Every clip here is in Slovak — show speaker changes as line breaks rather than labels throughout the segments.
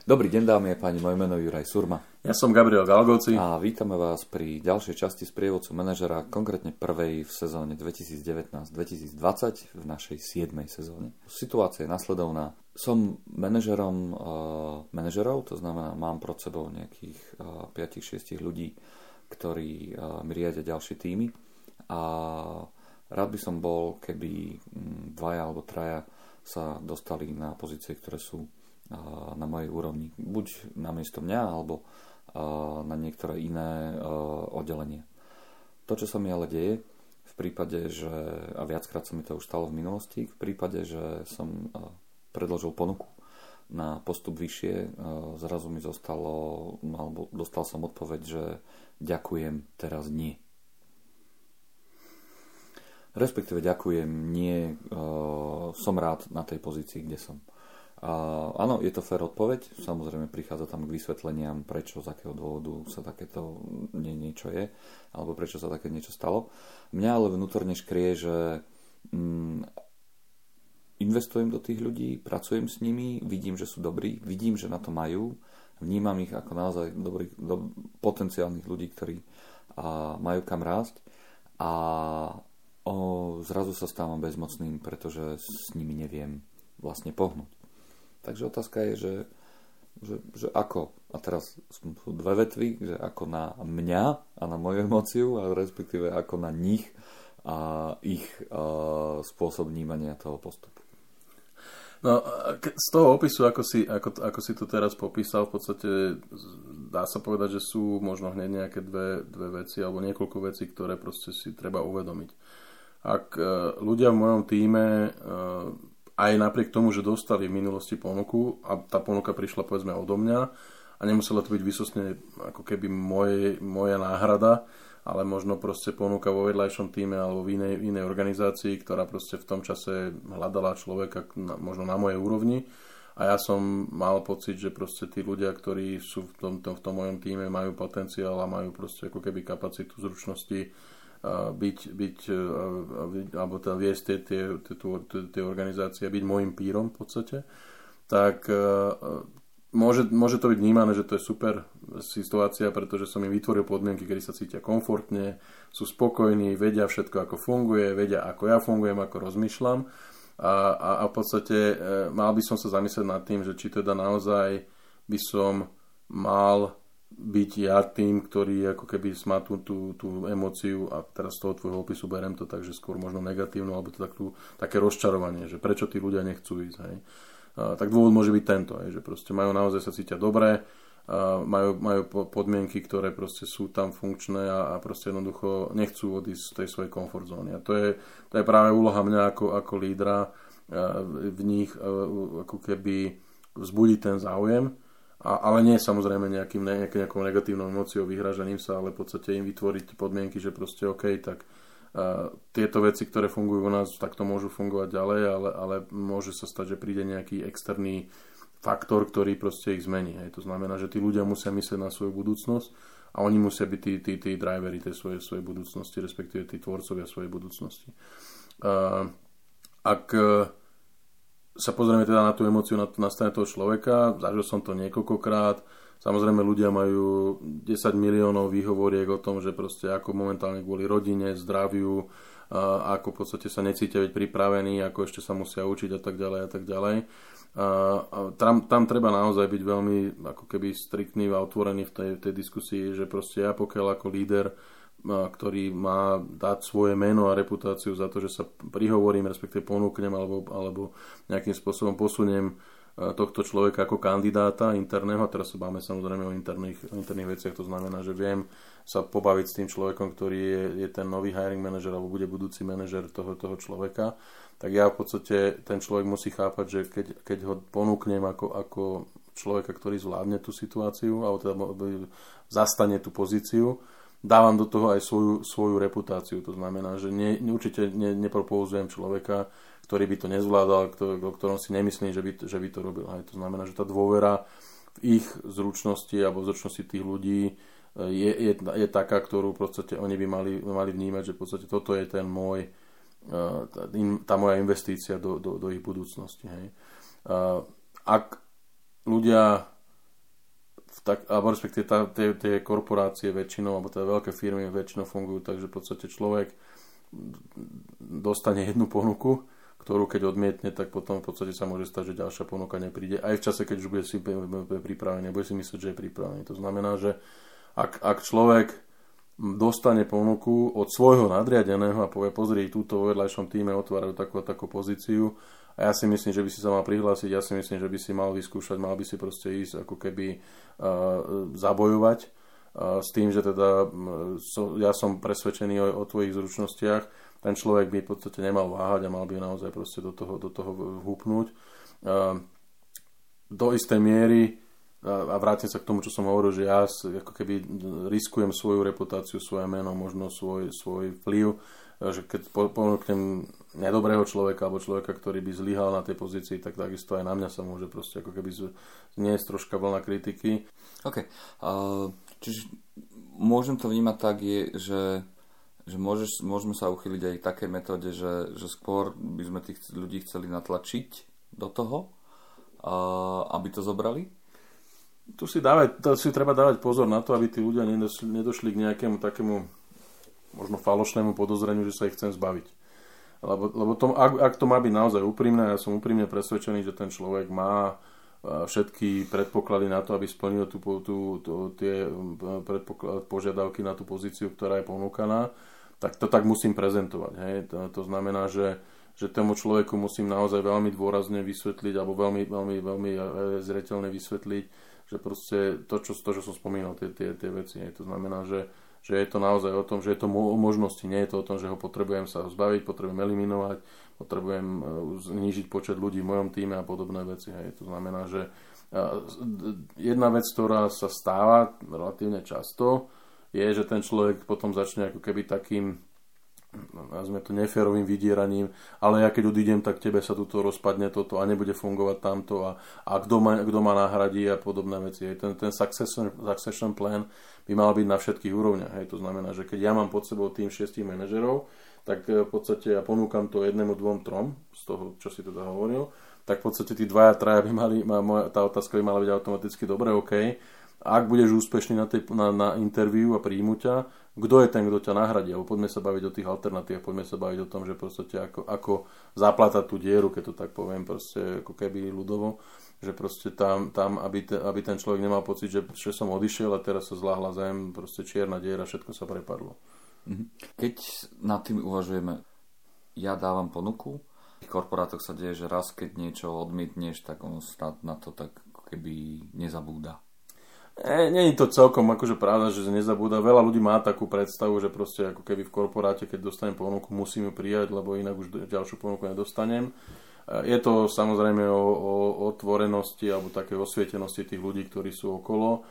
Dobrý deň, dámy a páni, moje meno je Juraj Surma.
Ja som Gabriel Galgoci.
A vítame vás pri ďalšej časti sprievodcu manažera, konkrétne prvej v sezóne 2019-2020, v našej 7. sezóne. Situácia je nasledovná. Som manažerov, to znamená, mám pod sebou nejakých 5-6 ľudí, ktorí mi riadia ďalšie týmy. A rád by som bol, keby 2 alebo 3 sa dostali na pozície, ktoré sú na mojej úrovni. Buď namiesto mňa, alebo na niektoré iné oddelenie. To, čo sa mi ale deje, v prípade, že, a viackrát sa mi to už stalo v minulosti, v prípade, že som predložil ponuku na postup vyššie, zrazu mi zostalo, alebo dostal som odpoveď, že ďakujem, teraz nie. Respektíve ďakujem, nie, som rád na tej pozícii, kde som. Áno, je to fér odpoveď, samozrejme prichádza tam k vysvetleniam, prečo, z akého dôvodu sa takéto niečo je, alebo prečo sa také niečo stalo. Mňa ale vnútorne škrie, že investujem do tých ľudí, pracujem s nimi, vidím, že sú dobrí, vidím, že na to majú, vnímam ich ako naozaj potenciálnych ľudí, ktorí majú kam rásť a zrazu sa stávam bezmocným, pretože s nimi neviem vlastne pohnúť. Takže otázka je, že ako, a teraz sú dve vetvy, že ako na mňa a na moju emóciu, a respektíve ako na nich a ich spôsob vnímania toho postupu.
No, z toho opisu, ako si to teraz popísal, v podstate dá sa povedať, že sú možno hneď nejaké dve veci, alebo niekoľko vecí, ktoré proste si treba uvedomiť. Ak ľudia v mojom týme aj napriek tomu, že dostali v minulosti ponuku a tá ponuka prišla povedzme odo mňa a nemusela to byť výsostne ako keby moja náhrada, ale možno proste ponuka vo vedľajšom týme alebo v inej organizácii, ktorá proste v tom čase hľadala človeka možno na mojej úrovni a ja som mal pocit, že proste tí ľudia, ktorí sú v tom mojom týme, majú potenciál a majú proste ako keby kapacitu, zručnosti byť alebo teda viesť tie organizácie, byť môjim pírom v podstate, tak môže to byť vnímané, že to je super situácia, pretože som im vytvoril podmienky, kedy sa cítia komfortne, sú spokojní, vedia všetko, ako funguje, vedia, ako ja fungujem, ako rozmýšľam a v podstate mal by som sa zamyslieť nad tým, že či teda naozaj by som mal byť ja tým, ktorý ako keby má tú emóciu a teraz z toho tvojho opisu berem to tak, že skôr možno negatívnu alebo to také rozčarovanie, že prečo tí ľudia nechcú ísť. Hej. Tak dôvod môže byť tento, hej, že proste majú naozaj sa cítia dobre, majú podmienky, ktoré proste sú tam funkčné a proste jednoducho nechcú odísť z tej svojej komfort zóny. A to je práve úloha mňa ako lídra v nich ako keby vzbudiť ten záujem, ale nie samozrejme nejakou negatívnou emóciou, vyhrážaním sa, ale v podstate im vytvoriť podmienky, že proste OK, tak tieto veci, ktoré fungujú u nás, tak to môžu fungovať ďalej, ale môže sa stať, že príde nejaký externý faktor, ktorý proste ich zmení. Hej. To znamená, že tí ľudia musia myslieť na svoju budúcnosť a oni musia byť tí drivery tej svojej budúcnosti, respektíve tí tvorcovia svojej budúcnosti. Ak sa pozrieme teda na tú emóciu, na strane toho človeka, zažil som to niekoľkokrát. Samozrejme ľudia majú 10 miliónov výhovoriek o tom, že proste ako momentálne kvôli rodine, zdraviu, ako v podstate sa necítia byť pripravení, ako ešte sa musia učiť a tak ďalej a tak ďalej. Tam treba naozaj byť veľmi ako keby striktný a otvorený v tej diskusii, že proste ja pokiaľ ako líder, ktorý má dať svoje meno a reputáciu za to, že sa prihovorím, respektíve ponúknem alebo nejakým spôsobom posuniem tohto človeka ako kandidáta interného, a teraz sa báme samozrejme o interných veciach, to znamená, že viem sa pobaviť s tým človekom, ktorý je ten nový hiring manažer alebo bude budúci manažer toho človeka, tak ja v podstate ten človek musí chápať, že keď ho ponúknem ako človeka, ktorý zvládne tú situáciu alebo teda zastane tú pozíciu, dávam do toho aj svoju reputáciu. To znamená, že určite nepropouzujem človeka, ktorý by to nezvládal, o ktorom si nemyslím, že by to robil. Aj to znamená, že tá dôvera v ich zručnosti alebo v zručnosti tých ľudí je taká, ktorú v podstate oni by mali vnímať, že v podstate toto je ten tá moja investícia do ich budúcnosti. Hej. Ak ľudia alebo respektíve tie korporácie väčšinou, alebo tie veľké firmy väčšinou fungujú, takže v podstate človek dostane jednu ponuku, ktorú keď odmietne, tak potom v podstate sa môže stať, že ďalšia ponuka nepríde. Aj v čase, keď už bude si pripravený, bude si myslieť, že je pripravený. To znamená, že ak človek dostane ponuku od svojho nadriadeného a povie, pozri, túto vo vedľajšom týme otvárajú takú pozíciu a ja si myslím, že by si sa mal prihlásiť, ja si myslím, že by si mal vyskúšať, mal by si proste ísť ako keby zabojovať s tým, že teda ja som presvedčený o tvojich zručnostiach. Ten človek by v podstate nemal váhať a mal by naozaj proste do toho húpnúť. Do istej miery, a vrátim sa k tomu, čo som hovoril, že ja ako keby riskujem svoju reputáciu, svoje meno, možno svoj vplyv, že keď ponúknem nedobrého človeka alebo človeka, ktorý by zlyhal na tej pozícii, tak takisto aj na mňa sa môže proste ako keby zniesť troška vlna kritiky.
OK. Čiže môžem to vnímať tak, že môžeme sa uchyliť aj k takej metóde, že skôr by sme tých ľudí chceli natlačiť do toho, aby to zobrali?
Tu si treba dávať pozor na to, aby tí ľudia nedošli k nejakému takému možno falošnému podozreniu, že sa ich chcem zbaviť. Lebo ak to má byť naozaj úprimné, ja som úprimne presvedčený, že ten človek má všetky predpoklady na to, aby splnil tie požiadavky na tú pozíciu, ktorá je ponúkaná, tak to tak musím prezentovať. Hej? To znamená, že tomu človeku musím naozaj veľmi dôrazne vysvetliť alebo veľmi, veľmi, veľmi zreteľne vysvetliť, že proste to, čo som spomínal, tie veci. Hej? To znamená, že je to naozaj o tom, že je to o možnosti, nie je to o tom, že ho potrebujem sa zbaviť, potrebujem eliminovať, potrebujem znížiť počet ľudí v mojom týme a podobné veci. Hej. To znamená, že jedna vec, ktorá sa stáva relatívne často, je, že ten človek potom začne ako keby takým, nazvime to neférovým vydieraním, ale ja keď odídem, tak tebe sa tuto rozpadne toto a nebude fungovať tamto a kto ma nahradí a podobné veci. Hej. Ten succession plan by mal byť na všetkých úrovniach. Hej. To znamená, že keď ja mám pod sebou tým 6 manažerov, tak v podstate ja ponúkam to 1, 2, 3 z toho, čo si teda hovoril, tak v podstate tí 2, 3 by mali, tá otázka by mala byť automaticky dobre, OK. Ak budeš úspešný na interviu a príjmu ťa, kto je ten, kto ťa nahradí? Alebo poďme sa baviť o tých alternatívach, poďme sa baviť o tom, že v podstate ako zaplatať tú dieru, keď to tak poviem, proste ako keby ľudovo, že proste tam aby ten človek nemal pocit, že som odišiel a teraz sa zľahla zem, proste čierna diera, všetko sa prepadlo.
Keď nad tým uvažujeme, ja dávam ponuku, v korporátoch sa deje, že raz keď niečo odmietneš, tak on snad na to tak keby nezabúda.
Nie je to celkom akože pravda, že nezabúda. Veľa ľudí má takú predstavu, že proste ako keby v korporáte, keď dostanem ponuku, musím ju prijať, lebo inak už ďalšiu ponuku nedostanem. Je to samozrejme o otvorenosti alebo takej osvietenosti tých ľudí, ktorí sú okolo.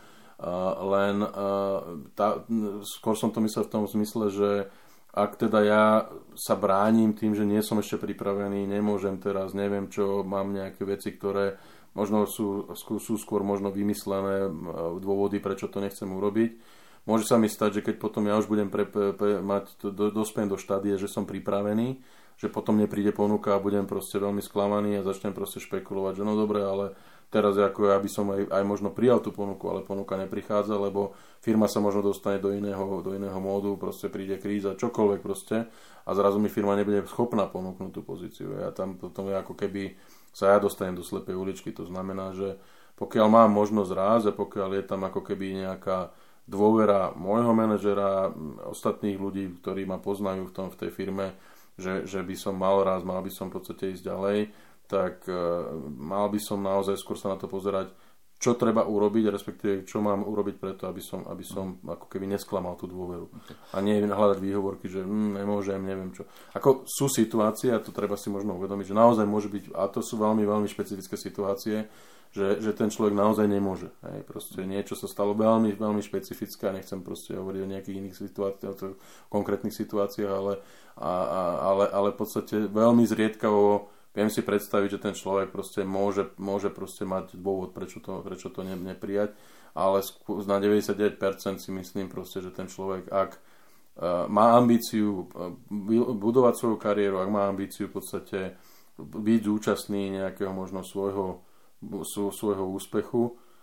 Skôr som to myslel v tom zmysle, že ak teda ja sa bránim tým, že nie som ešte pripravený, nemôžem teraz, neviem čo, mám nejaké veci, ktoré možno sú skôr možno vymyslené dôvody, prečo to nechcem urobiť. Môže sa mi stať, že keď potom ja už budem dospiem do štádie, že som pripravený, že potom nepríde ponuka a budem proste veľmi sklamaný a začnem proste špekulovať, že no dobre, ale teraz ako ja by som aj možno prijal tú ponuku, ale ponuka neprichádza, lebo firma sa možno dostane do iného módu, proste príde kríza, čokoľvek proste a zrazu mi firma nebude schopná ponúknuť tú pozíciu. Ja tam potom ako keby sa ja dostanem do slepej uličky. To znamená, že pokiaľ mám možnosť rásť a pokiaľ je tam ako keby nejaká dôvera môjho manažera, ostatných ľudí, ktorí ma poznajú v tej firme, že by som mal by som v podstate ísť ďalej, tak mal by som naozaj skôr sa na to pozerať, čo treba urobiť, respektíve čo mám urobiť preto, aby som ako keby nesklamal tú dôveru. Okay. A nie hľadať výhovorky, že nemôžem, neviem čo. Ako sú situácie, a to treba si možno uvedomiť, že naozaj môže byť, a to sú veľmi, veľmi špecifické situácie, že ten človek naozaj nemôže. Hej. Proste niečo sa stalo veľmi, veľmi špecifické a nechcem proste hovoriť o nejakých iných situáciách, o konkrétnych situáciách, ale v podstate veľmi zriedkavo viem si predstaviť, že ten človek proste môže proste mať dôvod, prečo to neprijať, ale na 99% si myslím proste, že ten človek, ak má ambíciu budovať svoju kariéru, ak má ambíciu v podstate byť účastný nejakého možno svojho úspechu,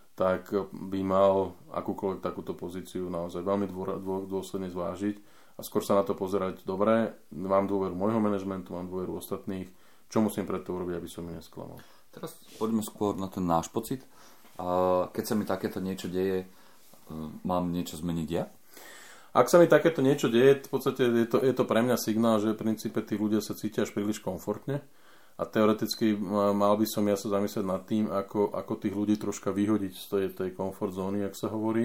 tak by mal akúkoľvek takúto pozíciu naozaj veľmi dôsledne zvážiť a skôr sa na to pozerať dobre. Mám dôveru môjho manažmentu, mám dôveru ostatných. Čo musím preto urobiť, aby som ich nesklamal?
Teraz poďme skôr na ten náš pocit. Keď sa mi takéto niečo deje, mám niečo zmeniť ja?
Ak sa mi takéto niečo deje, v podstate je to pre mňa signál, že v princípe tí ľudia sa cítia až príliš komfortne. A teoreticky mal by som ja sa zamyslieť nad tým, ako tých ľudí troška vyhodiť z tej comfort zóny, jak sa hovorí.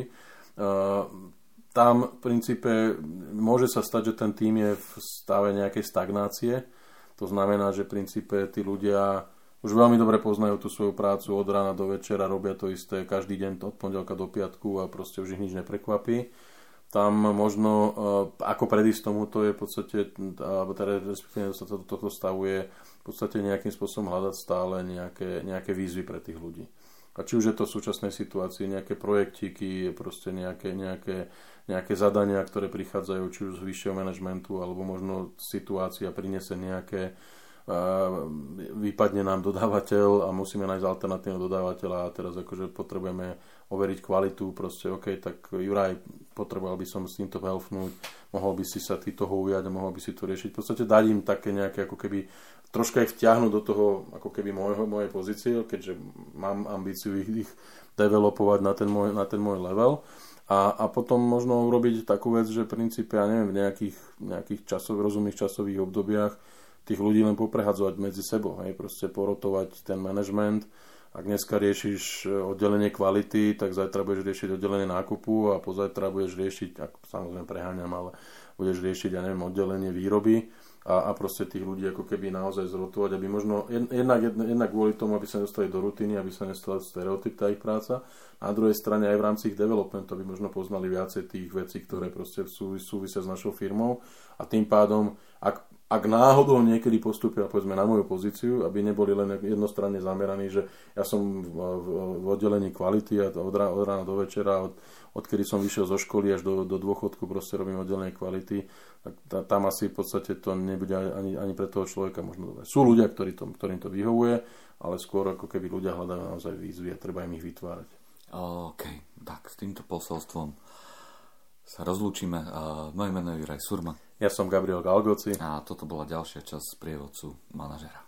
Tam v princípe môže sa stať, že ten tým je v stave nejakej stagnácie. To znamená, že v princípe tí ľudia už veľmi dobre poznajú tú svoju prácu od rána do večera, robia to isté každý deň od pondelka do piatku a proste už ich nič neprekvapí. Tam možno, ako predísť tomuto je v podstate, alebo teda respektíve toto stavu je v podstate nejakým spôsobom hľadať stále nejaké výzvy pre tých ľudí. A či už je to v súčasnej situácii nejaké projektíky, proste nejaké zadania, ktoré prichádzajú či už z vyššieho manažmentu, alebo možno situácia priniesie nejaké, vypadne nám dodávateľ a musíme nájsť alternatívneho dodávateľa a teraz akože potrebujeme overiť kvalitu, proste OK, tak Juraj, potreboval by som s týmto helfnúť, mohol by si sa ty toho ujať a mohol by si to riešiť. V podstate dať im také nejaké, ako keby troška ich vtiahnuť do toho, ako keby mojej pozície, keďže mám ambíciu ich developovať na ten môj level. A potom možno urobiť takú vec, že v princípe, ja neviem, v nejakých rozumných časových obdobiach tých ľudí len poprehadzovať medzi sebou, hej, proste porotovať ten manažment. Ak dneska riešiš oddelenie kvality, tak zajtra budeš riešiť oddelenie nákupu a pozajtra budeš riešiť, samozrejme preháňam, ale budeš riešiť, ja neviem, oddelenie výroby a proste tých ľudí ako keby naozaj zrotovať, aby možno jednak kvôli tomu, aby sa dostali do rutiny, aby sa nestala stereotyp tá ich práca. A na druhej strane aj v rámci ich developmentu, aby možno poznali viacej tých vecí, ktoré proste súvisia s našou firmou a tým pádom, ak náhodou niekedy postúpia, povedzme, na moju pozíciu, aby neboli len jednostranne zameraní, že ja som v oddelení kvality a od rána do večera, odkedy som vyšiel zo školy až do dôchodku, proste robím oddelenie kvality, tak tam asi v podstate to nebude ani pre toho človeka možno dobré. Sú ľudia, ktorým to vyhovuje, ale skôr ako keby ľudia hľadajú naozaj výzvy a treba im ich vytvárať. OK,
tak s týmto posolstvom sa rozlúčime. Moje meno je Juraj Surma.
Ja som Gabriel Galgoci.
A toto bola ďalšia časť z Sprievodcu manažera.